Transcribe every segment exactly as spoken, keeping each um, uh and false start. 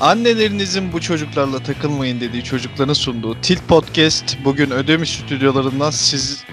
Annelerinizin bu çocuklarla takılmayın dediği çocukların sunduğu Tilt Podcast bugün Ödemiş stüdyolarından siz...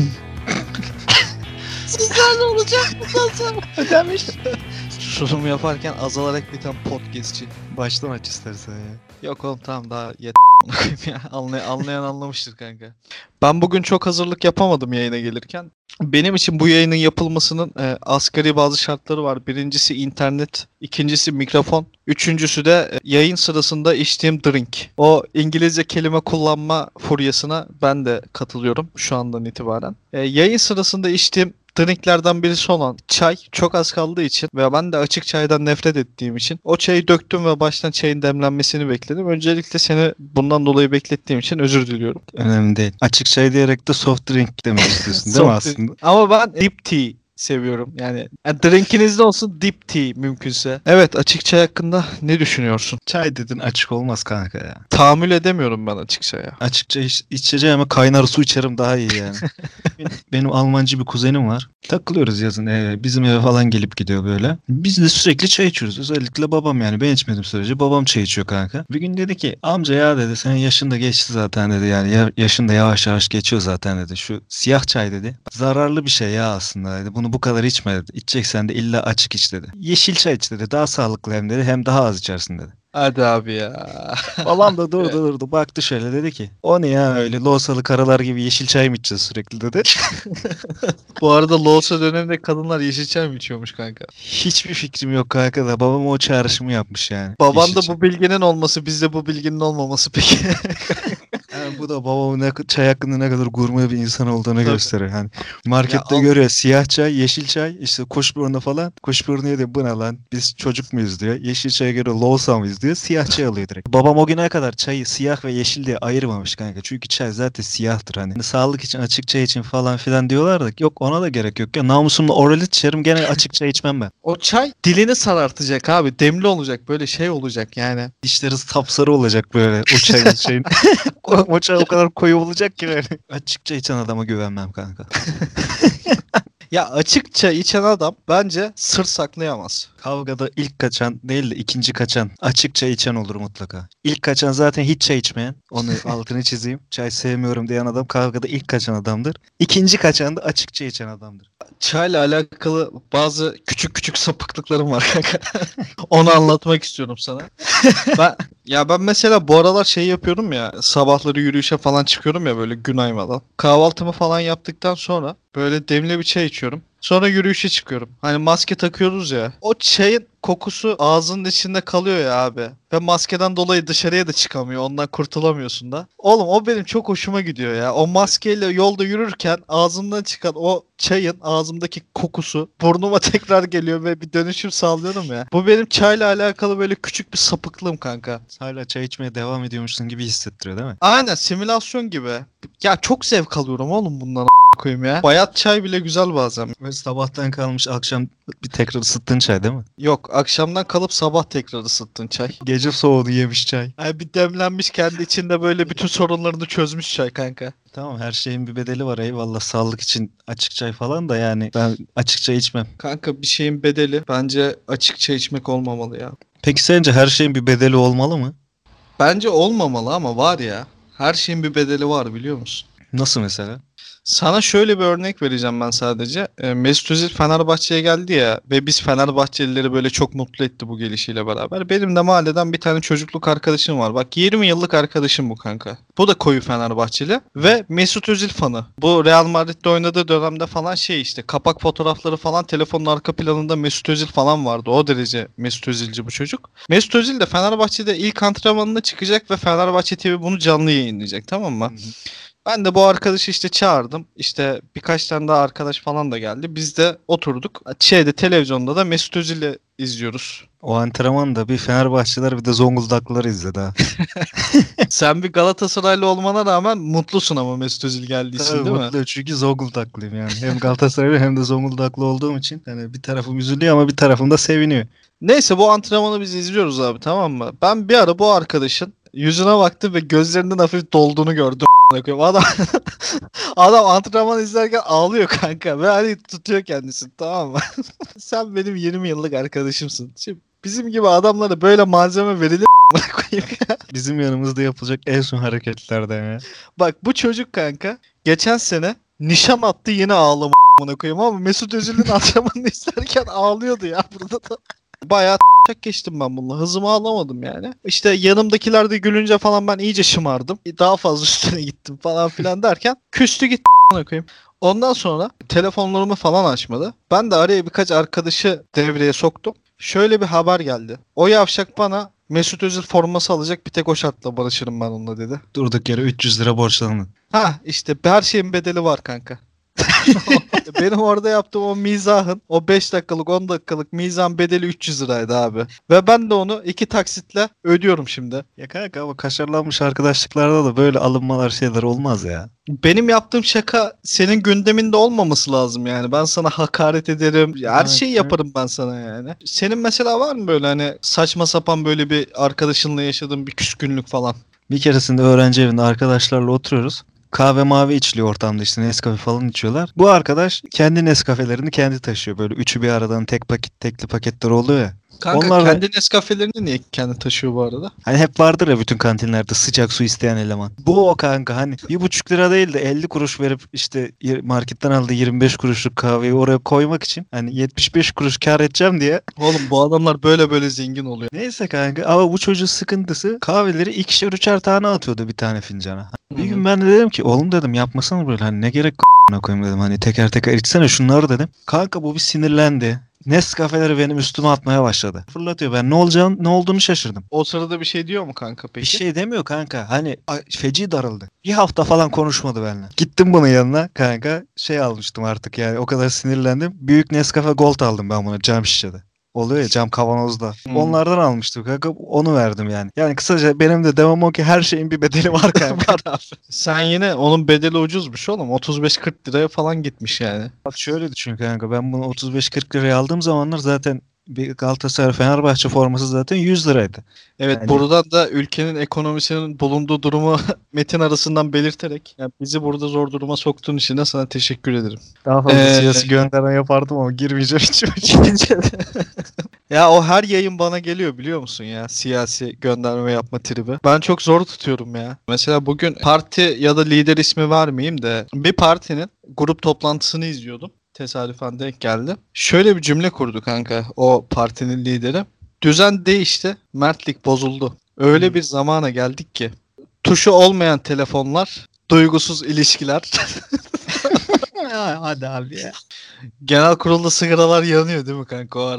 Sizler ne olacak bundan sonra? Ödemiş. Sunum yaparken azalarak biten podcastçi. Baştan aç istersen ya. Yok oğlum tamam daha yet ya. Anlay anlayan anlamıştır kanka. Ben bugün çok hazırlık yapamadım yayına gelirken. Benim için bu yayının yapılmasının e, asgari bazı şartları var. Birincisi internet, ikincisi mikrofon, üçüncüsü de e, yayın sırasında içtiğim drink. O İngilizce kelime kullanma furyasına ben de katılıyorum şu andan itibaren. E, yayın sırasında içtiğim drinklerden birisi olan çay çok az kaldığı için ve ben de açık çaydan nefret ettiğim için o çayı döktüm ve baştan çayın demlenmesini bekledim. Öncelikle seni bundan dolayı beklettiğim için özür diliyorum. Önemli değil. Açık çay diyerek de soft drink demek istiyorsun değil mi aslında? Ama ben deep tea seviyorum. Yani, yani drinkinizde olsun deep tea mümkünse. Evet, açık çay hakkında ne düşünüyorsun? Çay dedin açık olmaz kanka ya. Tahammül edemiyorum ben açık çaya. Açık çay iç- içeceğim ama kaynar su içerim daha iyi yani. Benim Almancı bir kuzenim var. Takılıyoruz yazın eve. Bizim eve falan gelip gidiyor böyle. Biz de sürekli çay içiyoruz. Özellikle babam yani. Ben içmedim sürece babam çay içiyor kanka. Bir gün dedi ki amca ya dedi senin yaşın da geçti zaten dedi. Yani ya- yaşın da yavaş yavaş geçiyor zaten dedi. Şu siyah çay dedi. Zararlı bir şey ya aslında dedi. Bunu bu kadar içme dedi. İçeceksen de illa açık iç dedi. Yeşil çay iç dedi. Daha sağlıklı hem dedi. Hem daha az içersin dedi. Hadi abi ya. Babam da durdu durdu baktı şöyle dedi ki o ne ya öyle loğusalı karılar gibi yeşil çay mı içeceğiz sürekli dedi. Bu arada Loğusa döneminde kadınlar yeşil çay mı içiyormuş kanka? Hiçbir fikrim yok kanka da babam o çağrışımı yapmış yani. Baban Yeşil da çay. bu bilginin olması, bizde bu bilginin olmaması peki. Yani bu da babamın ne, çay hakkında ne kadar gurme bir insan olduğunu Tabii. gösteriyor. Yani markette Ya al- görüyor siyah çay, yeşil çay, işte kuşburnu falan. Kuşburnuya diyor bu ne lan biz çocuk muyuz diyor. Yeşil çaya göre loğusa mıyız diyor. Siyah çay alıyor direkt. Babam o güne kadar çayı siyah ve yeşil diye ayırmamış kanka. Çünkü çay zaten siyahtır hani. Hani sağlık için açık çay için falan filan diyorlar da yok ona da gerek yok ya. Namusumla oralit içerim gene açık çay içmem ben. O çay dilini sarartacak abi. Demli olacak, böyle şey olacak yani. Dişleri sapsarı olacak böyle o çayın şeyin. o, o çay o kadar koyu olacak ki böyle. Açık çay içen adama güvenmem kanka. Ya açıkça içen adam bence sır saklayamaz. Kavgada ilk kaçan değil de ikinci kaçan açık çay içen olur mutlaka. İlk kaçan zaten hiç çay içmeyen. Onu altını çizeyim. Çay sevmiyorum diyen adam kavgada ilk kaçan adamdır. İkinci kaçan da açık çay içen adamdır. Çayla alakalı bazı küçük küçük sapıklıklarım var kanka. Onu anlatmak istiyorum sana. Ben ya ben mesela bu aralar şey yapıyorum ya, sabahları yürüyüşe falan çıkıyorum ya böyle gün aymadan. Kahvaltımı falan yaptıktan sonra böyle demli bir çay içiyorum. Sonra yürüyüşe çıkıyorum. Hani maske takıyoruz ya. O çayın kokusu ağzının içinde kalıyor ya abi. Ve maskeden dolayı dışarıya da çıkamıyor. Ondan kurtulamıyorsun da. Oğlum o benim çok hoşuma gidiyor ya. O maskeyle yolda yürürken ağzımdan çıkan o çayın ağzımdaki kokusu burnuma tekrar geliyor ve bir dönüşüm sağlıyorum ya. Bu benim çayla alakalı böyle küçük bir sapıklığım kanka. Hala çay içmeye devam ediyormuşsun gibi hissettiriyor değil mi? Aynen, simülasyon gibi. Ya çok zevk alıyorum oğlum bundan koyayım ya. Bayat çay bile güzel bazen. Böyle sabahtan kalmış akşam bir tekrar ısıttığın çay değil mi? Yok, akşamdan kalıp sabah tekrar ısıttın çay. Gece soğudu yemiş çay. Ay bir demlenmiş kendi içinde böyle bütün sorunlarını çözmüş çay kanka. Tamam her şeyin bir bedeli var eyvallah sağlık için açık çay falan da yani ben açık çay içmem. Kanka bir şeyin bedeli bence açık çay içmek olmamalı ya. Peki sence her şeyin bir bedeli olmalı mı? Bence olmamalı ama var ya. Her şeyin bir bedeli var biliyor musun? Nasıl mesela? Sana şöyle bir örnek vereceğim ben sadece. E, Mesut Özil Fenerbahçe'ye geldi ya ve biz Fenerbahçelileri böyle çok mutlu etti bu gelişiyle beraber. Benim de mahalleden bir tane çocukluk arkadaşım var. Bak yirmi yıllık arkadaşım bu kanka. Bu da koyu Fenerbahçeli ve Mesut Özil fanı. Bu Real Madrid'de oynadığı dönemde falan şey işte kapak fotoğrafları falan telefonun arka planında Mesut Özil falan vardı. O derece Mesut Özilci bu çocuk. Mesut Özil de Fenerbahçe'de ilk antrenmanına çıkacak ve Fenerbahçe T V bunu canlı yayınlayacak, tamam mı? Ben de bu arkadaşı işte çağırdım. İşte birkaç tane daha arkadaş falan da geldi. Biz de oturduk. Şeyde televizyonda da Mesut Özil'i izliyoruz. O antrenman da bir Fenerbahçeliler bir de Zonguldaklılar izledi ha. Sen bir Galatasaraylı olmana rağmen mutlusun ama Mesut Özil geldiği için Tabii değil mi? mutluyum çünkü Zonguldaklıyım yani. Hem Galatasaraylı hem de Zonguldaklı olduğum için yani bir tarafım üzülüyor ama bir tarafım da seviniyor. Neyse bu antrenmanı biz izliyoruz abi, tamam mı? Ben bir ara bu arkadaşın yüzüne baktım ve gözlerinin hafif dolduğunu gördüm. Adam adam antrenman izlerken ağlıyor kanka ve hani tutuyor kendisini, tamam mı? Sen benim yirmi yıllık arkadaşımsın. Şimdi bizim gibi adamlara böyle malzeme verilir Bizim yanımızda yapılacak en son hareketlerden ya. Bak bu çocuk kanka geçen sene nişan attı yine ağlama amına koyayım ama Mesut Özil'in antrenmanını izlerken ağlıyordu ya burada da. Bayağı çak geçtim ben bununla. Hızımı alamadım yani. İşte yanımdakiler de gülünce falan ben iyice şımardım. Daha fazla üstüne gittim falan filan derken küstü gitti amına koyayım. Ondan sonra telefonlarımı falan açmadı. Ben de araya birkaç arkadaşı devreye soktum. Şöyle bir haber geldi. O yavşak bana Mesut Özil forması alacak, bir tek o şartla barışırım ben onunla dedi. Durduk yere üç yüz lira borçlandın. Ha işte her şeyin bedeli var kanka. Benim orada yaptığım o mizahın, o beş dakikalık on dakikalık mizahın bedeli üç yüz liraydı abi. Ve ben de onu iki taksitle ödüyorum şimdi. Ya kanka ama kaşarlanmış arkadaşlıklarda da böyle alınmalar şeyler olmaz ya. Benim yaptığım şaka senin gündeminde olmaması lazım yani. Ben sana hakaret ederim. Her Evet, şeyi evet. yaparım ben sana yani. Senin mesela var mı böyle hani saçma sapan böyle bir arkadaşınla yaşadığın bir küskünlük falan? Bir keresinde öğrenci evinde arkadaşlarla oturuyoruz. Kahve mavi içiliyor ortamda, işte Nescafe falan içiyorlar. Bu arkadaş kendi Nescafe'lerini kendi taşıyor. Böyle üçü bir aradan tek paket, tekli paketler oluyor ya. Kanka Onlar da kendi Nescafe'lerini niye kendi taşıyor bu arada? hani hep vardır ya bütün kantinlerde sıcak su isteyen eleman. Bu o kanka, hani bir buçuk lira değil de elli kuruş verip işte y- marketten aldığı yirmi beş kuruşluk kahveyi oraya koymak için hani yetmiş beş kuruş kar edeceğim diye. Oğlum bu adamlar böyle böyle zengin oluyor. Neyse kanka, ama bu çocuğun sıkıntısı kahveleri ikişer üçer tane atıyordu bir tane fincana. Bir gün ben de dedim ki oğlum dedim yapmasana böyle, hani ne gerek k***na koyayım dedim, hani teker teker içsene şunları dedim. Kanka bu bir sinirlendi. Nescafeleri benim üstüme atmaya başladı. Fırlatıyor, ben ne olacağını ne olduğunu şaşırdım. O sırada bir şey diyor mu kanka Bir peki? şey demiyor kanka, hani a- feci darıldı. Bir hafta falan konuşmadı benimle. Gittim bunun yanına kanka, şey almıştım artık yani, o kadar sinirlendim. Büyük Nescafe Gold aldım ben buna, cam şişede. Oluyor ya, cam kavanozda. Hmm. Onlardan almıştım kanka, onu verdim yani. Yani kısaca benim de demem o ki her şeyin bir bedeli var kanka. Var abi. Sen yine onun bedeli ucuzmuş oğlum. otuz beş kırk liraya falan gitmiş yani. Bak şöyle düşün kanka, ben bunu otuz beş kırk liraya aldığım zamanlar zaten bir Galatasaray Fenerbahçe forması zaten yüz liraydı. Evet Yani buradan da ülkenin ekonomisinin bulunduğu durumu Metin arasından belirterek yani bizi burada zor duruma soktuğun için de sana teşekkür ederim. daha fazla Ee, siyasi gönderme yapardım ama girmeyeceğim hiç. Ya o her yayın bana geliyor biliyor musun ya, siyasi gönderme yapma tribi. Ben çok zor tutuyorum ya. Mesela bugün parti ya da lider ismi vermeyeyim de bir partinin grup toplantısını izliyordum. Tesadüfen denk geldi. Şöyle bir cümle kurdu kanka o partinin lideri. Düzen değişti, mertlik bozuldu. Öyle Hmm. bir zamana geldik ki tuşu olmayan telefonlar, duygusuz ilişkiler. Hadi abi ya. Genel kurulda sigaralar yanıyor değil mi kanka o ara-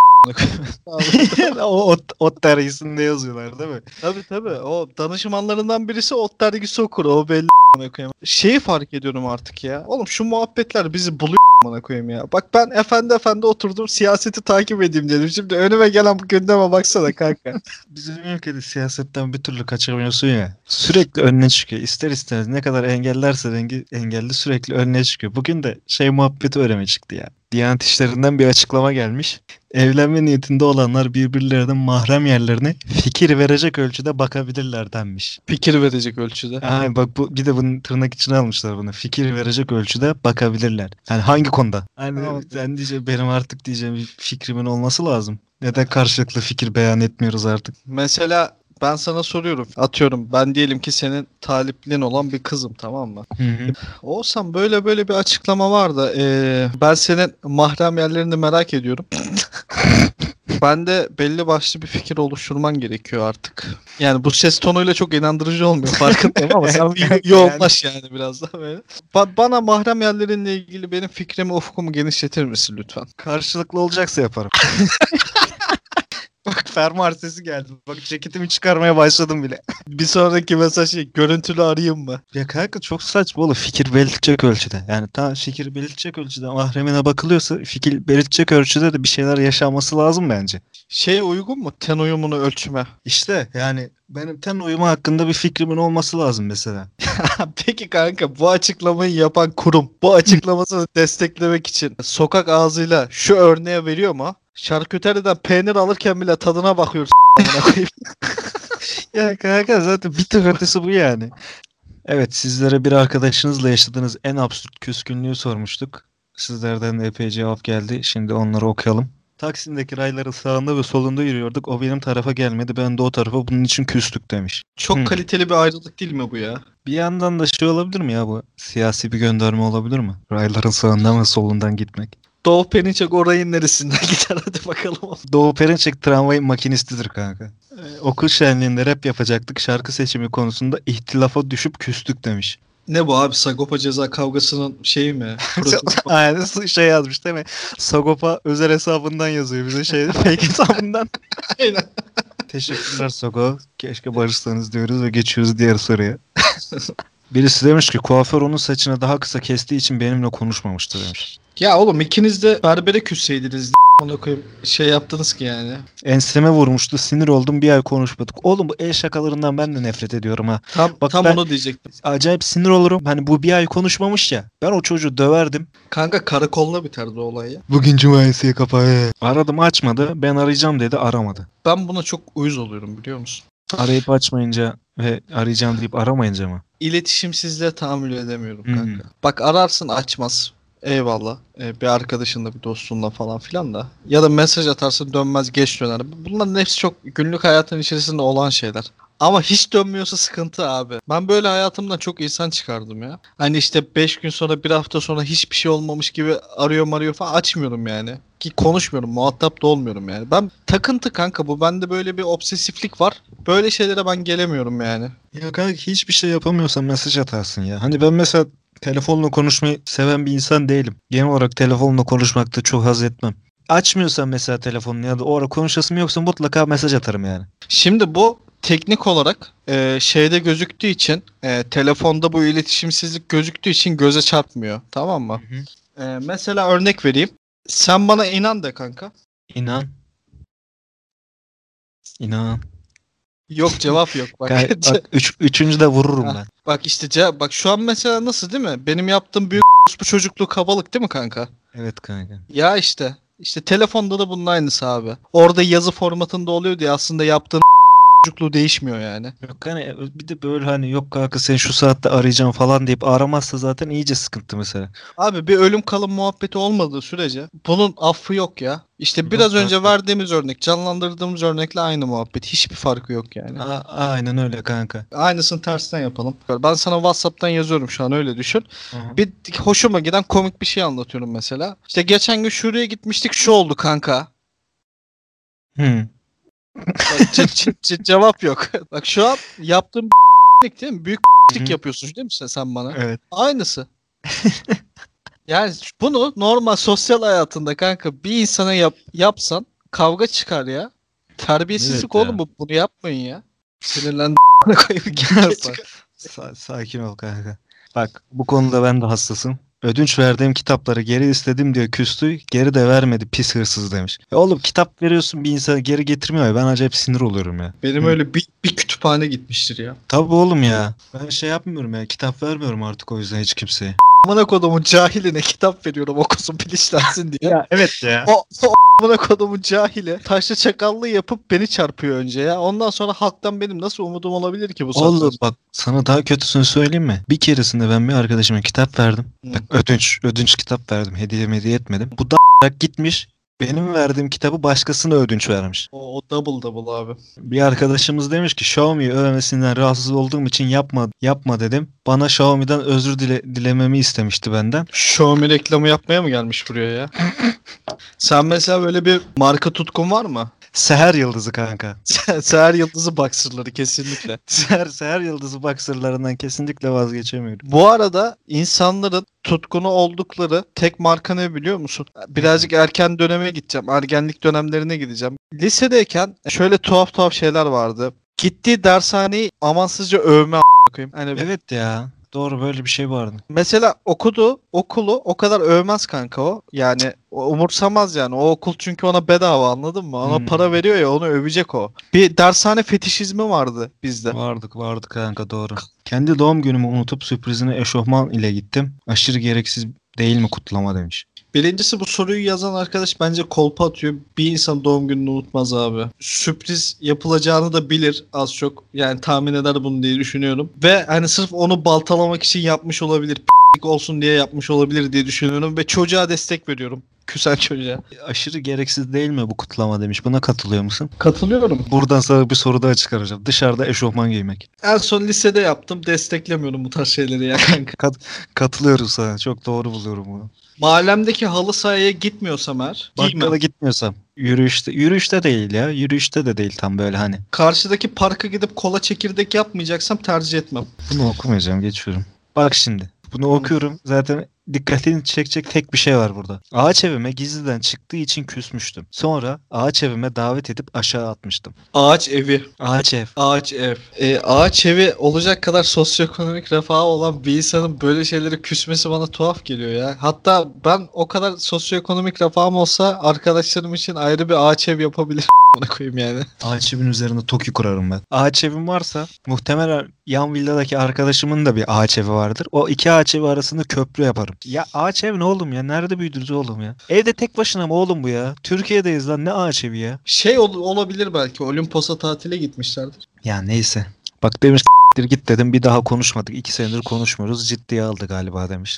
o ot, ot dergisinde yazıyorlar değil mi? Tabii tabii. O danışmanlarından birisi Ot dergisi okur. O belli amına koyayım. Şeyi fark ediyorum artık ya. Oğlum şu muhabbetler bizi buluyor amına koyayım ya. Bak ben efendi efendi oturdum siyaseti takip edeyim dedim. Şimdi önüme gelen bu gündeme baksana kanka. Bizim ülkede siyasetten bir türlü kaçamıyorsun ya. Sürekli önüne çıkıyor. İster istemez ne kadar engellerse rengi engelli sürekli önüne çıkıyor. Bugün de şey muhabbeti önüme çıktı ya. Diyanet İşleri'nden bir açıklama gelmiş. Evlenme niyetinde olanlar birbirlerinin mahrem yerlerine fikir verecek ölçüde bakabilirler denmiş. Fikir verecek ölçüde. Ay bak, bu bir de bunun tırnak içine almışlar bunu. Fikir verecek ölçüde bakabilirler. Yani hangi konuda? Hani Tamam. sen diyeceğim, benim artık diyeceğim bir fikrimin olması lazım. Neden karşılıklı fikir beyan etmiyoruz artık? Mesela ben sana soruyorum. Atıyorum ben diyelim ki senin taliplin olan bir kızım, tamam mı? Hı hı. Olsam böyle böyle bir açıklama var da eee, ben senin mahrem yerlerini merak ediyorum. Ben de belli başlı bir fikir oluşturman gerekiyor artık. Yani bu ses tonuyla çok inandırıcı olmuyor farkındayım ama sen bir yo- yoğunlaş yani biraz daha böyle. Ba- bana mahrem yerlerinle ilgili benim fikrimi, ufkumu genişletir misin lütfen? Karşılıklı olacaksa yaparım. Bak fermuar sesi geldi. Bak ceketimi çıkarmaya başladım bile. Bir sonraki mesaj şey, görüntülü arayayım mı? Ya kanka çok saçma oğlum, fikir belirtecek ölçüde. Yani tamam, fikir belirtecek ölçüde mahremine bakılıyorsa fikir belirtecek ölçüde de bir şeyler yaşanması lazım bence. Şeye uygun mu? Ten uyumunu ölçme. İşte yani benim ten uyumu hakkında bir fikrimin olması lazım mesela. Peki kanka bu açıklamayı yapan kurum bu açıklamasını desteklemek için sokak ağzıyla şu örneğe veriyor mu? Şarküteriden peynir alırken bile tadına bakıyoruz. amına koyayım. Ya kanka zaten bir tık ötesi bu yani. Evet, sizlere bir arkadaşınızla yaşadığınız en absürt küskünlüğü sormuştuk. Sizlerden de epey cevap geldi. Şimdi onları okuyalım. Taksim'deki rayların sağında ve solunda yürüyorduk. O benim tarafa gelmedi. Ben de o tarafa, bunun için küstük demiş. Çok Hı. kaliteli bir ayrılık değil mi bu ya? Bir yandan da şey olabilir mi ya bu? Siyasi bir gönderme olabilir mi? Rayların sağından ve solundan gitmek. Doğu Perinçek orayın neresinden gider hadi bakalım. Doğu Perinçek tramvay makinistidir kanka. Ee, okul şenliğinde rap yapacaktık. Şarkı seçimi konusunda ihtilafa düşüp küstük demiş. Ne bu abi, Sagopa Ceza kavgasının şeyi mi? Prototipi. Aynen şey yazmış değil mi? Sagopa özel hesabından yazıyor bize şeyde fake hesabından. Aynen. Teşekkürler Sago. Keşke barışsanız diyoruz ve geçiyoruz diğer soruya. Birisi demiş ki kuaför onun saçını daha kısa kestiği için benimle konuşmamıştı demiş. Ya oğlum ikiniz de berbere küsseydiniz ona koyayım şey yaptınız ki yani. Enseme vurmuştu, sinir oldum, bir ay konuşmadık. Oğlum bu el şakalarından ben de nefret ediyorum ha. Tam Bak tam ben- onu diyecektim. Acayip sinir olurum. Hani bu bir ay konuşmamış ya. Ben o çocuğu döverdim. Kanka karakolla biterdi o olay ya. Bugün cumayesiye kapağı. Aradım açmadı. Ben arayacağım dedi, aramadı. Ben buna çok uyuz oluyorum biliyor musun? Arayıp açmayınca ve arayacağım deyip aramayınca mı? İletişimsizliğe tahammül edemiyorum Hmm. kanka. Bak ararsın açmaz. Eyvallah. Ee, bir arkadaşınla bir dostunla falan filan da. Ya da mesaj atarsın dönmez geç döner. Bunların hepsi çok günlük hayatın içerisinde olan şeyler. Ama hiç dönmüyorsa sıkıntı abi. Ben böyle hayatımdan çok insan çıkardım ya. Hani işte beş gün sonra bir hafta sonra hiçbir şey olmamış gibi arıyor arıyor falan açmıyorum yani. Ki konuşmuyorum, muhatap da olmuyorum yani. Ben takıntı kanka bu. Bende böyle bir obsesiflik var. Böyle şeylere ben gelemiyorum yani. Ya kanka hiçbir şey yapamıyorsan mesaj atarsın ya. Hani ben mesela telefonla konuşmayı seven bir insan değilim. Genel olarak telefonla konuşmakta çok haz etmem. Açmıyorsan mesela telefonunu ya da o ara konuşasım yoksa mutlaka mesaj atarım yani. Şimdi bu teknik olarak e, şeyde gözüktüğü için e, telefonda bu iletişimsizlik gözüktüğü için göze çarpmıyor. Tamam mı? E, mesela örnek vereyim. Sen bana inan de kanka. İnan. İnan. Yok cevap yok. Bak, Gay- ce- bak üç, üçüncü de vururum Ha. ben. bak işte ce- bak şu an mesela nasıl değil mi? Benim yaptığım büyük bu çocukluğu kabalık değil mi kanka? Evet kanka. Ya işte. İşte telefonda da bunun aynısı abi. Orada yazı formatında oluyor diye aslında yaptığın çocukluğu değişmiyor yani. Yok hani bir de böyle hani yok kanka sen şu saatte arayacağım falan deyip aramazsa zaten iyice sıkıntı mesela. Abi bir ölüm kalım muhabbeti olmadığı sürece bunun affı yok ya. İşte Yok biraz önce kanka. verdiğimiz örnek, canlandırdığımız örnekle aynı muhabbet. Hiçbir farkı yok yani. A- aynen öyle kanka. Aynısını tersten yapalım. Ben sana WhatsApp'tan yazıyorum şu an öyle düşün. Hı hı. Bir hoşuma giden komik bir şey anlatıyorum mesela. İşte geçen gün şuraya gitmiştik şu oldu kanka. Hı. Bak, ce- ce- ce- cevap yok. Bak şu an yaptığım bir değil mi? Büyük Hı hı. yapıyorsun değil mi sen, sen bana? Evet. Aynısı. Yani bunu normal sosyal hayatında kanka bir insana yap, yapsan kavga çıkar ya. Terbiyesizlik Evet ya. oğlum bu. Bunu yapmayın ya. Sinirlendim. koyup Bak, sa- sakin ol kanka. Bak bu konuda ben de hassasım. Ödünç verdiğim kitapları geri istedim diye küstü. Geri de vermedi pis hırsız demiş. Ya oğlum kitap veriyorsun bir insana geri getirmiyor ya. Ben acayip sinir oluyorum ya. Benim Hı. öyle bir, bir kütüphane gitmiştir ya. Tabii oğlum ya. Ben şey yapmıyorum ya. Kitap vermiyorum artık o yüzden hiç kimseye. Amına kodumun cahiline kitap veriyorum okusun bilinçlensin diye. evet ya. O, o amına kodumun cahili taşlı çakallığı yapıp beni çarpıyor önce ya. Ondan sonra halktan benim nasıl umudum olabilir ki bu saatten Oğlum sonra? bak sana daha kötüsünü söyleyeyim mi? Bir keresinde ben bir arkadaşıma kitap verdim. Hı. Bak ödünç, ödünç kitap verdim. Hediye hediye etmedim. Bu da gitmiş. Benim verdiğim kitabı başkasına ödünç vermiş. O, o double double abi. Bir arkadaşımız demiş ki Xiaomi övmesinden rahatsız olduğum için yapma yapma dedim. Bana Xiaomi'den özür dile, dilememi istemişti benden. Xiaomi reklamı yapmaya mı gelmiş buraya ya? Sen mesela böyle bir marka tutkun var mı? Seher Yıldızı kanka. Seher Yıldızı boxer'ları kesinlikle. Seher, Seher Yıldızı boxerlarından kesinlikle vazgeçemiyorum. Bu arada insanların tutkunu oldukları tek marka ne biliyor musun? Birazcık erken döneme gideceğim. Ergenlik dönemlerine gideceğim. Lisedeyken şöyle tuhaf tuhaf şeyler vardı. Gittiği dershaneyi amansızca övme a**ına koyayım. Hani Evet ya. Doğru böyle bir şey vardı. mesela okudu okulu o kadar övmez kanka o. Yani o umursamaz yani. O okul çünkü ona bedava anladın mı? Ona Hmm. para veriyor ya onu övecek o. Bir dershane fetişizmi vardı bizde. Vardık vardık kanka doğru. Kendi doğum günümü unutup sürprizine eşofman ile gittim. Aşırı gereksiz değil mi kutlama demiş. Birincisi bu soruyu yazan arkadaş bence kolpa atıyor. Bir insan doğum gününü unutmaz abi. Sürpriz yapılacağını da bilir az çok. Yani tahmin eder bunu diye düşünüyorum. Ve hani sırf onu baltalamak için yapmış olabilir. P***lik olsun diye yapmış olabilir diye düşünüyorum. Ve çocuğa destek veriyorum. küsen çocuğa. Aşırı gereksiz değil mi bu kutlama demiş. Buna katılıyor musun? Katılıyorum. Buradan sana bir soru daha çıkaracağım. Dışarıda eşofman giymek. En son lisede yaptım. Desteklemiyorum bu tarz şeyleri ya kanka. Kat katılıyorum sana. Çok doğru buluyorum bunu. Mahallemdeki halı sahaya gitmiyorsam eğer giymem. Bakkala gitmiyorsam. Yürüyüşte, yürüyüşte değil ya. Yürüyüşte de değil tam böyle hani. Karşıdaki parka gidip kola çekirdek yapmayacaksam tercih etmem. Bunu okumayacağım, geçiyorum. Bak şimdi. Bunu okuyorum. Zaten dikkatini çekecek tek bir şey var burada. Ağaç evime gizliden çıktığı için küsmüştüm. Sonra ağaç evime davet edip aşağı atmıştım. Ağaç evi. Ağaç ev. Ağaç ev. E, ağaç evi olacak kadar sosyoekonomik refahı olan bir insanın böyle şeyleri küsmesi bana tuhaf geliyor ya. Hatta ben o kadar sosyoekonomik refahım olsa arkadaşlarım için ayrı bir ağaç ev yapabilirim. Ona koyayım yani. Ağaç evin üzerine TOKİ kurarım ben. Ağaç evim varsa muhtemelen yan villadaki arkadaşımın da bir ağaç evi vardır. O iki ağaç evi arasında köprü yaparım. Ya ağaç ev ne oğlum ya? Nerede büyüdünüz oğlum ya? Evde tek başına mı oğlum bu ya? Türkiye'deyiz lan, ne ağaç evi ya? Şey ol- olabilir belki. Olimpos'a tatile gitmişlerdir. Ya neyse. Bak demiş "S**tir git" dedim, bir daha konuşmadık. İki senedir konuşmuyoruz. Ciddiye aldı galiba demiş.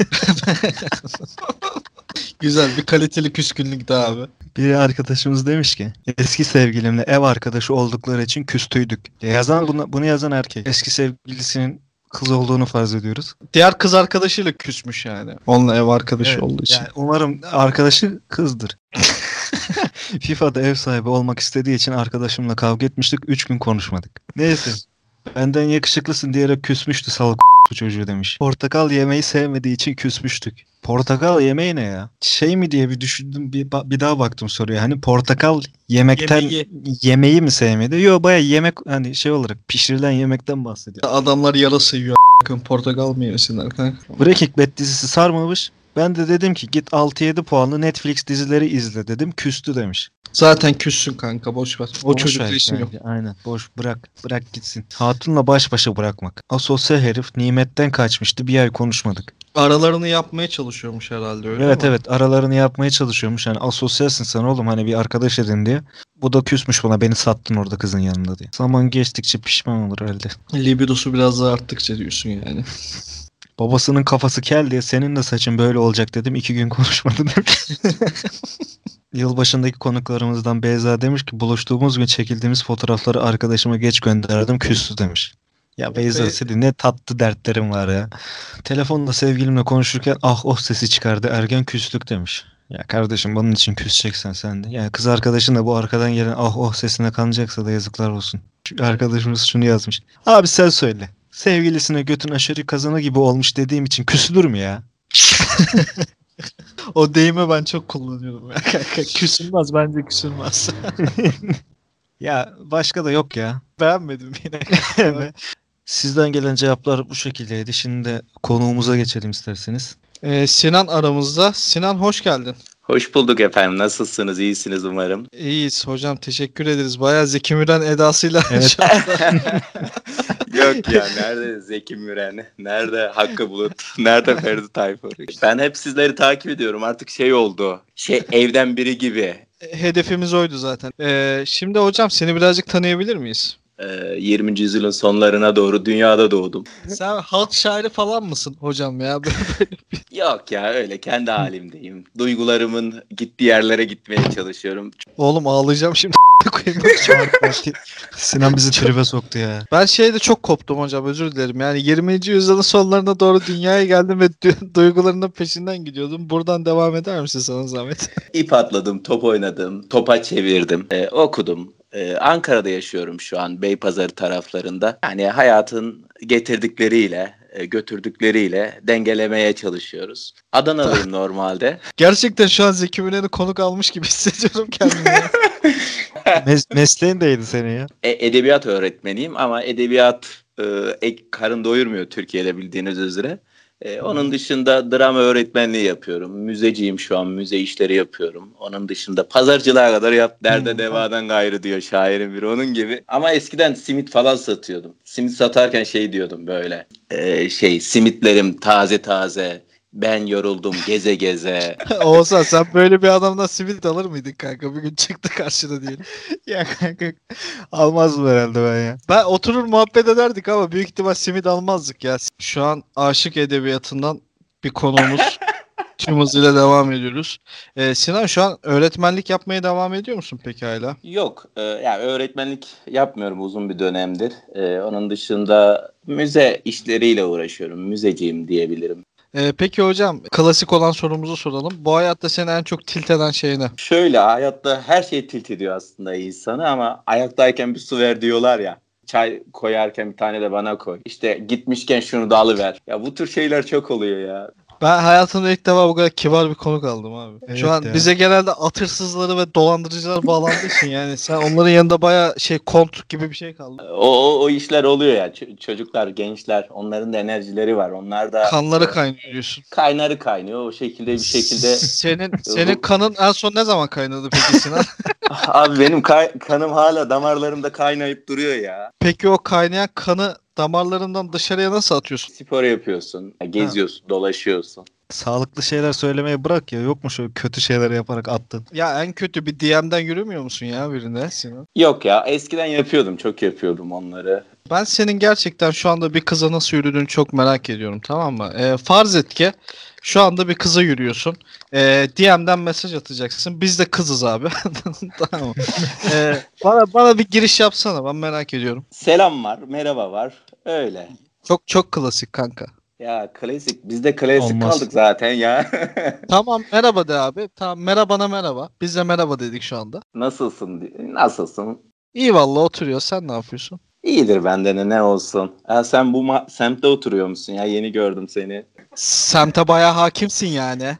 Güzel bir kaliteli küskünlük daha abi. Bir arkadaşımız demiş ki eski sevgilimle ev arkadaşı oldukları için küstüydük. Yazan bunu, bunu yazan erkek. Eski sevgilisinin kız olduğunu farz ediyoruz. Diğer kız arkadaşıyla küsmüş yani. Onunla ev arkadaşı Evet, olduğu için. yani umarım arkadaşı kızdır. FIFA'da ev sahibi olmak istediği için arkadaşımla kavga etmiştik. Üç gün konuşmadık. Neyse. Benden yakışıklısın diyerek küsmüştü salak bu çocuğu demiş. Portakal yemeyi sevmediği için küsmüştük. Portakal yemeği ne ya? Şey mi diye bir düşündüm, bir, ba- bir daha baktım soruya. Hani portakal yemekten Yemeği. yemeği mi sevmedi? Yok, baya yemek, hani şey olarak pişirilen yemekten bahsediyor. Adamlar yarasa yiyor. Bakın portakal mı yesinler kanka? Breaking Bad dizisi sarmamış. Ben de dedim ki git altı yedi puanlı Netflix dizileri izle dedim. Küstü demiş. Zaten küssün kanka boş ver. O Boş çocukla ver işim yok. bence, aynen. Boş bırak. Bırak gitsin. Hatunla baş başa bırakmak. Asosyal herif nimetten kaçmıştı. Bir ay konuşmadık. Aralarını yapmaya çalışıyormuş herhalde öyle Evet mi? evet, aralarını yapmaya çalışıyormuş. Yani asosyalsin sen oğlum, hani bir arkadaş edin diye. Bu da küsmüş bana, beni sattın orada kızın yanında diye. Zaman geçtikçe pişman olur herhalde. Libidosu biraz daha arttıkça diyorsun yani. Babasının kafası kel diye senin de saçın böyle olacak dedim. İki gün konuşmadı demiş. Yılbaşındaki konuklarımızdan Beyza demiş ki buluştuğumuz gün çekildiğimiz fotoğrafları arkadaşıma geç gönderdim, küstü demiş. Ya Beyza Be- senin ne tatlı dertlerin var ya. Telefonda sevgilimle konuşurken ah oh sesi çıkardı, ergen küslük demiş. Ya kardeşim bunun için küseceksen sen de. Yani kız arkadaşın da bu arkadan gelen ah oh sesine kanacaksa da yazıklar olsun. Şu arkadaşımız şunu yazmış. Abi sen söyle. Sevgilisine götün aşırı kazanı gibi olmuş dediğim için küsülür mü ya? O deyimi ben çok kullanıyorum ya kanka. Küsülmez bence küsülmez. Ya başka da yok ya. Beğenmedim yine. Sizden gelen cevaplar bu şekildeydi. Şimdi de konuğumuza geçelim isterseniz. Ee, Sinan aramızda. Sinan hoş geldin. Hoş bulduk efendim. Nasılsınız? İyisiniz umarım. İyiyiz hocam teşekkür ederiz. Bayağı Zeki Müren edasıyla Evet. şu an- Yok ya, nerede Zeki Müren? Nerede Hakkı Bulut? Nerede Ferdi Tayfur? Ben hep sizleri takip ediyorum. Artık şey oldu. Şey, evden biri gibi. hedefimiz oydu zaten. Ee, şimdi hocam seni birazcık tanıyabilir miyiz? Ee, yirminci yüzyılın sonlarına doğru dünyada doğdum. Sen halk şairi falan mısın hocam ya? Böyle böyle- Yok ya, öyle kendi halimdeyim. Duygularımın gittiği yerlere gitmeye çalışıyorum. Oğlum ağlayacağım şimdi. koyayım. Sinan bizi tribe soktu ya. Ben şeyde çok koptum hocam özür dilerim. Yani yirminci yüzyılın sonlarına doğru dünyaya geldim ve du- duygularının peşinden gidiyordum. Buradan devam eder misin sana zahmet? İp atladım, top oynadım, topa çevirdim, Ee, okudum. Ee, Ankara'da yaşıyorum şu an, Beypazarı taraflarında. Yani hayatın getirdikleriyle, e, götürdükleriyle dengelemeye çalışıyoruz. Adanalıyım normalde. Gerçekten şu an Zeki Müren'i konuk almış gibi hissediyorum kendimi. ya. Mes- mesleğin deydi senin ya. E, edebiyat öğretmeniyim ama edebiyat e, ek karın doyurmuyor Türkiye'de, bildiğiniz üzere. E, onun dışında drama öğretmenliği yapıyorum. Müzeciyim şu an, müze işleri yapıyorum. Onun dışında pazarcılığa kadar yap. Derde Hmm. devadan gayrı diyor şairin biri, onun gibi. Ama eskiden simit falan satıyordum. Simit satarken şey diyordum böyle. e, şey simitlerim taze taze. Ben yoruldum geze geze. Oğuzhan sen böyle bir adamdan simit alır mıydın kanka? Bir gün çıktı karşına diyelim. Ya kanka almazdım herhalde ben ya. Ben oturur muhabbet ederdik ama büyük ihtimal simit almazdık ya. Şu an aşık edebiyatından bir konuğumuz Tüm hızıyla devam ediyoruz. Ee, Sinan şu an öğretmenlik yapmaya devam ediyor musun peki hala? Yok, e, yani öğretmenlik yapmıyorum uzun bir dönemdir. E, onun dışında müze işleriyle uğraşıyorum. Müzeciyim diyebilirim. Ee, peki hocam klasik olan sorumuzu soralım. Bu hayatta seni en çok tilt eden şey ne? Şöyle hayatta her şey tilt ediyor aslında insanı ama ayaktayken bir su ver diyorlar ya. Çay koyarken bir tane de bana koy. İşte gitmişken şunu da alıver. Ya bu tür şeyler çok oluyor ya. Ben hayatımda ilk defa bu kadar kibar bir konuk aldım abi. Evet Şu an ya. bize genelde at hırsızları ve dolandırıcılar bağlandığı için yani sen onların yanında baya şey kont gibi bir şey kaldın. O, o, o işler oluyor ya. Ç- çocuklar, gençler onların da enerjileri var. Onlar da Kanları e, kaynıyor diyorsun. kaynarı kaynıyor. O şekilde bir şekilde. Senin senin kanın en son ne zaman kaynadı peki Sinan? Abi benim kay- kanım hala damarlarımda kaynayıp duruyor ya. Peki o kaynayan kanı damarlarından dışarıya nasıl atıyorsun? Spor yapıyorsun, geziyorsun, dolaşıyorsun. Sağlıklı şeyler söylemeyi bırak ya. Yok mu şöyle kötü şeyler yaparak attın? Ya en kötü bir D M'den yürümüyor musun ya birine Sinan? Yok ya eskiden yapıyordum, çok yapıyordum onları. Ben senin gerçekten şu anda bir kıza nasıl yürüdüğünü çok merak ediyorum, tamam mı? Ee, farz et ki şu anda bir kıza yürüyorsun. Ee, D M'den mesaj atacaksın. Biz de kızız abi. Tamam mı? Ee, bana, bana bir giriş yapsana, ben merak ediyorum. Selam var, merhaba var. Öyle. Çok çok klasik kanka. Ya klasik. Biz de klasik Olmaz. kaldık zaten ya. Tamam merhaba de abi. Tamam merhabana merhaba. Biz de merhaba dedik şu anda. Nasılsın? diye. Nasılsın? İyi vallahi oturuyor. Sen ne yapıyorsun? İyidir benden de ne olsun. Ya sen bu ma- semtte oturuyor musun ya? Yeni gördüm seni. Semte bayağı hakimsin yani.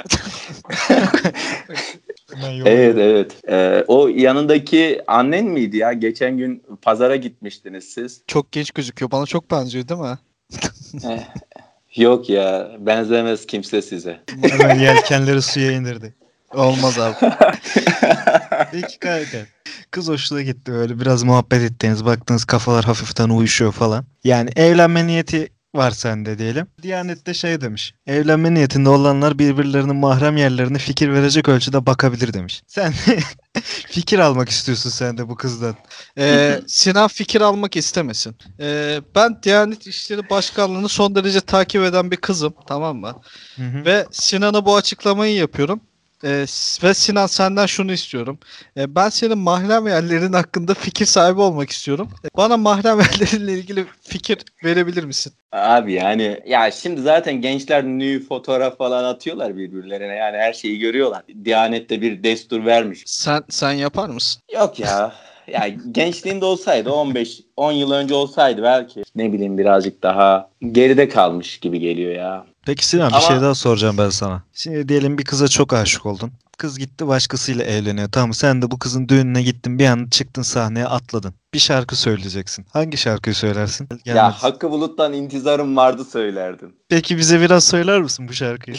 Evet evet. Ee, o yanındaki annen miydi ya? Geçen gün pazara gitmiştiniz siz. Çok genç gözüküyor. Bana çok benziyor değil mi? Eh, yok ya benzemez kimse size. Hemen yelkenleri suya indirdi. Olmaz abi. Peki kanka. Kız hoşuna gitti böyle biraz muhabbet ettiniz. Baktınız kafalar hafiften uyuşuyor falan. Yani evlenme niyeti var sende diyelim. Diyanet'te şey demiş. Evlenme niyetinde olanlar birbirlerinin mahrem yerlerine fikir verecek ölçüde bakabilir demiş. Sen fikir almak istiyorsun sen de bu kızdan. Ee, Sinan fikir almak istemesin. Ee, ben Diyanet İşleri Başkanlığı'nı son derece takip eden bir kızım, tamam mı? Hı hı. Ve Sinan'a bu açıklamayı yapıyorum. Ee, s- ve Sinan senden şunu istiyorum. Ee, ben senin mahrem yerlerin hakkında fikir sahibi olmak istiyorum. Ee, Bana mahrem yerlerinle ilgili fikir verebilir misin? Abi yani ya şimdi zaten gençler nü fotoğraf falan atıyorlar birbirlerine. Yani her şeyi görüyorlar. Diyanet'te bir destur vermiş. Sen sen yapar mısın? Yok ya. Ya gençliğimde olsaydı on beş on yıl önce olsaydı belki ne bileyim birazcık daha geride kalmış gibi geliyor ya. Peki Sinan bir Ama- şey daha soracağım ben sana. Şimdi diyelim bir kıza çok aşık oldun. Kız gitti başkasıyla evleniyor. Tamam sen de bu kızın düğününe gittin bir anda çıktın sahneye atladın. Bir şarkı söyleyeceksin. Hangi şarkıyı söylersin? Ya Gelmedi. Hakkı Bulut'tan intizarım vardı söylerdim. Peki bize biraz söyler misin bu şarkıyı?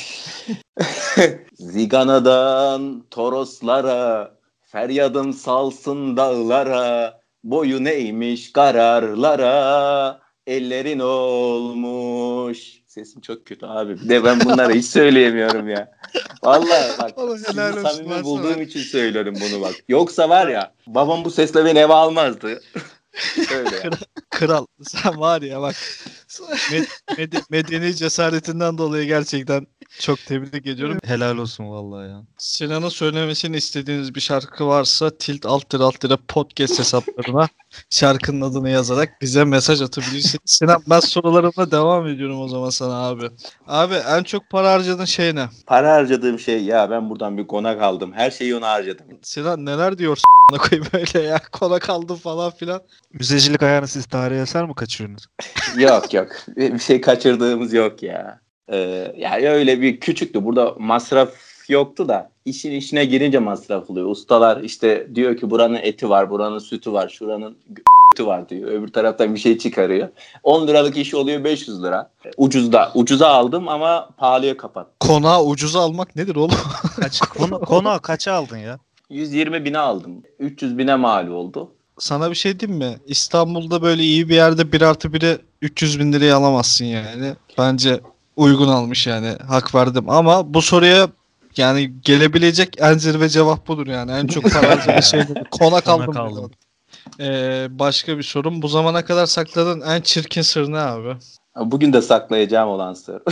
Zigana'dan Toroslara, feryadım salsın dağlara, boyu neymiş kararlara, ellerin olmuş. Sesim çok kötü abi. Bir de ben bunları hiç söyleyemiyorum ya. Vallahi bak Oğlum sizi helal olsun, samimi varsana. bulduğum için söylüyorum bunu bak. Yoksa var ya babam bu sesle beni eve almazdı. Öyle ya. Kral sen var ya bak med- med- medeni cesaretinden dolayı gerçekten çok tebrik ediyorum. Helal olsun vallahi ya. Sinan'ın söylemesini istediğiniz bir şarkı varsa tilt alt tire alt tire podcast hesaplarına şarkının adını yazarak bize mesaj atabilirsiniz. Sinan ben sorularımla devam ediyorum o zaman sana abi. Abi en çok para harcadığın şey ne? Para harcadığım şey ya ben buradan bir konak aldım. Her şeyi ona harcadım. Sinan neler diyorsun a**ına koyayım öyle ya konak aldım falan filan. Müzecilik ayağını siz tarihi eser mi kaçırıyorsunuz? Yok yok. Bir şey kaçırdığımız yok ya. Ee, yani öyle bir küçüktü. Burada masraf yoktu da işin işine girince masraf oluyor. Ustalar işte diyor ki buranın eti var, buranın sütü var, şuranın sütü var diyor. Öbür taraftan bir şey çıkarıyor. on liralık iş oluyor beş yüz lira. Ucuzda. Ucuza aldım ama pahalıya kapat. Konağı ucuza almak nedir oğlum? Kaç, konu, konağı kaça aldın ya? yüz yirmi bine aldım. üç yüz bine mal oldu. Sana bir şey diyeyim mi? İstanbul'da böyle iyi bir yerde bir artı biri üç yüz bin liraya alamazsın yani. Bence uygun almış yani. Hak verdim. Ama bu soruya yani gelebilecek en zirve cevap budur yani. En çok para harcadığı şey nedir? Konak aldım. Konak dedi. aldım. Ee, başka bir sorum. Bu zamana kadar sakladığın en çirkin sır ne abi? Bugün de saklayacağım olan sır.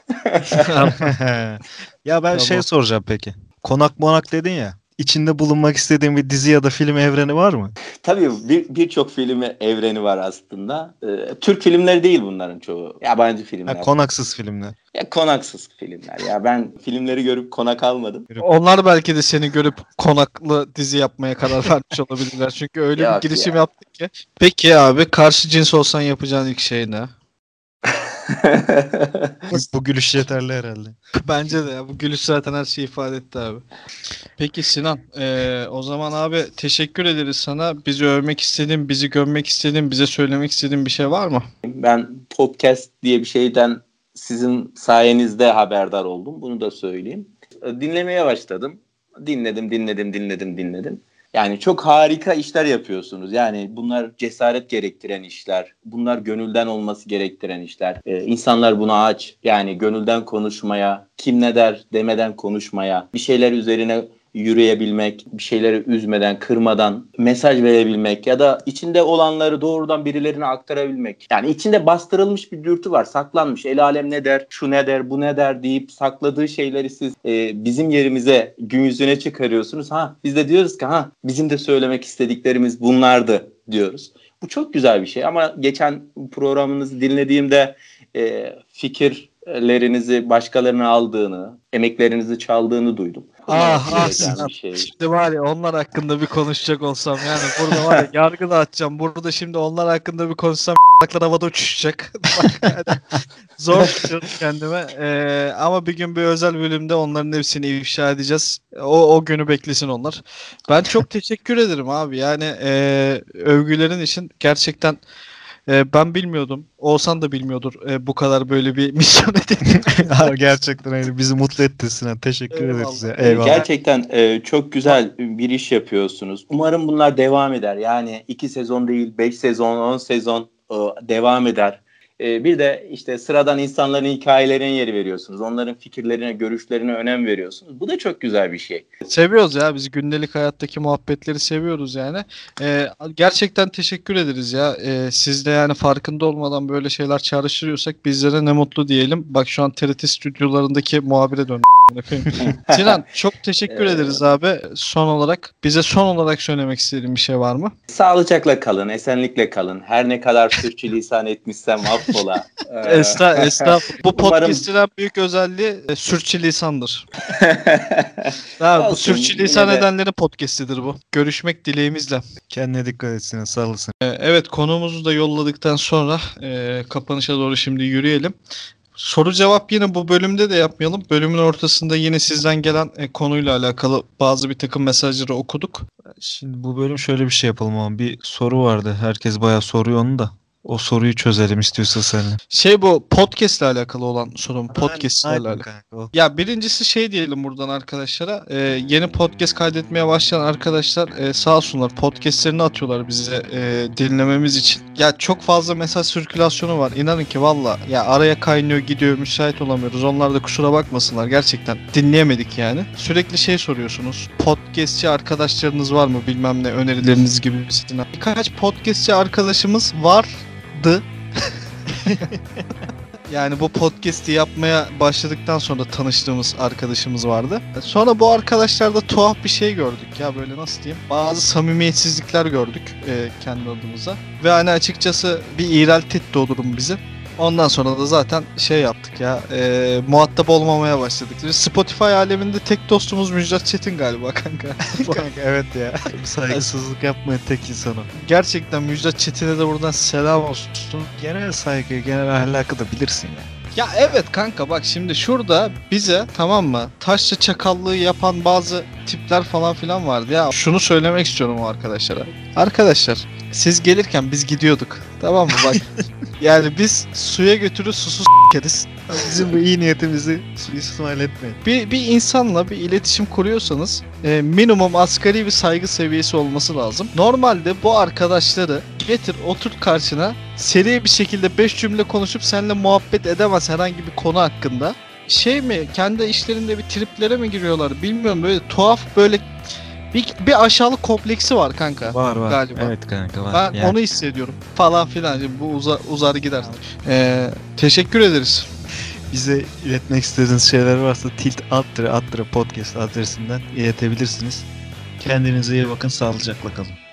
Ya ben şey Tamam. soracağım peki. Konak monak dedin ya. İçinde bulunmak istediğin bir dizi ya da film evreni var mı? Tabii bir birçok film evreni var aslında. Ee, Türk filmleri değil bunların çoğu. Yabancı filmler. Ha, konaksız filmler. Ya konaksız filmler. Ya ben filmleri görüp konak almadım. Onlar belki de seni görüp konaklı dizi yapmaya karar vermiş olabilirler. Çünkü öyle Yok bir girişim ya. yaptık ki. Peki abi, karşı cins olsan yapacağın ilk şey ne? Bu, bu gülüş yeterli herhalde. Bence de ya, bu gülüş zaten her şeyi ifade etti abi. Peki Sinan, eee, o zaman abi teşekkür ederiz sana. Bizi övmek istediğin, bizi gömmek istediğin, bize söylemek istediğin bir şey var mı? Ben podcast diye bir şeyden sizin sayenizde haberdar oldum. Bunu da söyleyeyim. Dinlemeye başladım. Dinledim, dinledim, dinledim, dinledim. Yani çok harika işler yapıyorsunuz. Yani bunlar cesaret gerektiren işler. Bunlar gönülden olması gerektiren işler. Ee, insanlar buna aç. Yani gönülden konuşmaya, kim ne der demeden konuşmaya, bir şeyler üzerine yürüyebilmek, bir şeyleri üzmeden, kırmadan mesaj verebilmek ya da içinde olanları doğrudan birilerine aktarabilmek. Yani içinde bastırılmış bir dürtü var, saklanmış. El alem ne der, şu ne der, bu ne der deyip sakladığı şeyleri siz e, bizim yerimize gün yüzüne çıkarıyorsunuz. Ha, biz de diyoruz ki ha bizim de söylemek istediklerimiz bunlardı diyoruz. Bu çok güzel bir şey ama geçen programınızı dinlediğimde e, fikirlerinizi başkalarına aldığını, emeklerinizi çaldığını duydum. Ah ah Gereken Sinan. bir şey. Şimdi var ya, onlar hakkında bir konuşacak olsam, yani burada var ya yargı dağıtacağım. Burada şimdi onlar hakkında bir konuşsam a**laklar havada uçuşacak. Yani zor tutuyorum kendime. Ee, ama bir gün bir özel bölümde onların hepsini ifşa edeceğiz. O, o günü beklesin onlar. Ben çok teşekkür ederim abi. Yani e, övgülerin için gerçekten e, ben bilmiyordum. Oğuzhan da bilmiyordur e, bu kadar böyle bir misyon edildiğini. Ya gerçekten öyle. Bizi mutlu ettin Sinan. Teşekkür Eyvallah. ederiz ya. Ee, Eyvallah. Gerçekten e, çok güzel bir iş yapıyorsunuz. Umarım bunlar devam eder. Yani iki sezon değil, beş sezon, on sezon e, devam eder. E, bir de işte sıradan insanların hikayelerine yer veriyorsunuz. Onların fikirlerine, görüşlerine önem veriyorsunuz. Bu da çok güzel bir şey. Seviyoruz ya, biz gündelik hayattaki muhabbetleri seviyoruz yani. Ee, gerçekten teşekkür ederiz ya. Ee, siz de yani farkında olmadan böyle şeyler çağrıştırıyorsak bizlere ne mutlu diyelim. Bak şu an T R T stüdyolarındaki muhabire döndüm. Sinan, çok teşekkür Ee, ederiz abi. Son olarak bize son olarak söylemek istediğin bir şey var mı? Sağlıcakla kalın, esenlikle kalın. Her ne kadar sürçülisan etmişsem affola. Ee, Esta, estağfurullah. Bu Umarım- podcast'in en büyük özelliği e, sürçülisandır. Ha, bu Olsun, sürçülisan yine de- edenlerin podcast'idir bu. Görüşmek dileğimizle. Kendine dikkat et Sinan. Sağ olasın. Ee, Evet, konuğumuzu da yolladıktan sonra e, kapanışa doğru şimdi yürüyelim. Soru cevap yine bu bölümde de yapmayalım. Bölümün ortasında yine sizden gelen e, konuyla alakalı bazı bir takım mesajları okuduk. Şimdi bu bölüm şöyle bir şey yapalım ama bir soru vardı. Herkes bayağı soruyor onu da. O soruyu çözelim istiyorsa seninle. Şey, bu podcast ile alakalı olan sorum. Podcast ile Aynen alakalı. kanka, o. Ya birincisi şey diyelim buradan arkadaşlara. e, yeni podcast kaydetmeye başlayan arkadaşlar e, sağ olsunlar, podcastlerini atıyorlar bize e, dinlememiz için. Ya çok fazla mesaj sirkülasyonu var. İnanın ki valla ya, araya kaynıyor gidiyor, müsait olamıyoruz. Onlar da kusura bakmasınlar, gerçekten dinleyemedik yani. Sürekli şey soruyorsunuz. Podcastçi arkadaşlarınız var mı, bilmem ne, önerileriniz gibi. Birkaç podcastçi arkadaşımız vardı. Yani bu podcast'i yapmaya başladıktan sonra tanıştığımız arkadaşımız vardı. Sonra bu arkadaşlarda tuhaf bir şey gördük ya, böyle nasıl diyeyim. Bazı samimiyetsizlikler gördük e, kendi adımıza. Ve hani açıkçası bir iğrelt etti o durum bizi. Ondan sonra da zaten şey yaptık ya, e, muhatap olmamaya başladık. Spotify aleminde tek dostumuz Müjdat Çetin galiba kanka. Kanka evet ya. Saygısızlık yapmayın tek insana. Gerçekten Müjdat Çetin'e de buradan selam olsun. Genel saygı, genel ahlakı da bilirsin ya. Ya evet kanka, bak şimdi şurada bize, tamam mı, taşla çakallığı yapan bazı tipler falan filan vardı ya. Şunu söylemek istiyorum o arkadaşlara. Arkadaşlar, siz gelirken biz gidiyorduk, tamam mı, bak. Yani biz suya götürür susuz s**keriz. Bizim bu iyi niyetimizi suistimal etmeyin. Bir, bir insanla bir iletişim kuruyorsanız e, minimum asgari bir saygı seviyesi olması lazım. Normalde bu arkadaşları getir oturt karşına, seri bir şekilde beş cümle konuşup seninle muhabbet edemez herhangi bir konu hakkında. Şey mi, kendi işlerinde bir triplere mi giriyorlar bilmiyorum, böyle tuhaf, böyle bir, bir aşağılık kompleksi var kanka. Var var. Galiba. Evet kanka var. Ben Yani onu hissediyorum falan filan. Şimdi bu uzar, uzar gider. Ee, teşekkür ederiz. Bize iletmek istediğiniz şeyler varsa tilt alt podcast adresinden iletebilirsiniz. Kendinize iyi bakın, sağlıcakla kalın.